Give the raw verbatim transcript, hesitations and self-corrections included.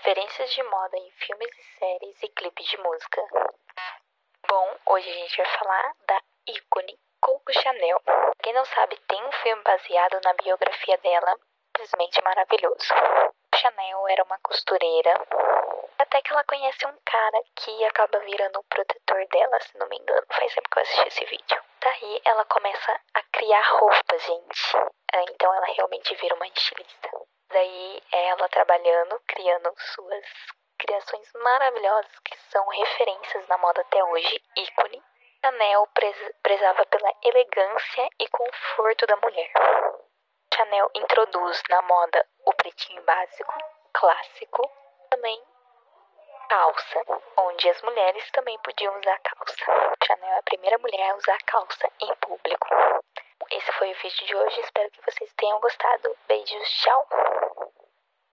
Referências de moda em filmes e séries e clipes de música. Bom, hoje a gente vai falar da ícone Coco Chanel. Quem não sabe, tem um filme baseado na biografia dela, simplesmente maravilhoso. Chanel era uma costureira, até que ela conhece um cara que acaba virando o protetor dela, se não me engano. Faz tempo que eu assisti esse vídeo. Daí ela começa a criar roupas, gente. Então ela realmente vira uma estilista. Daí ela trabalhando, criando suas criações maravilhosas que são referências na moda até hoje, ícone. Chanel prez- prezava pela elegância e conforto da mulher. Chanel introduz na moda o pretinho básico, clássico, também calça, onde as mulheres também podiam usar calça. Chanel é a primeira mulher a usar calça em público. Esse foi o vídeo de hoje, espero que vocês tenham gostado. Beijos, tchau!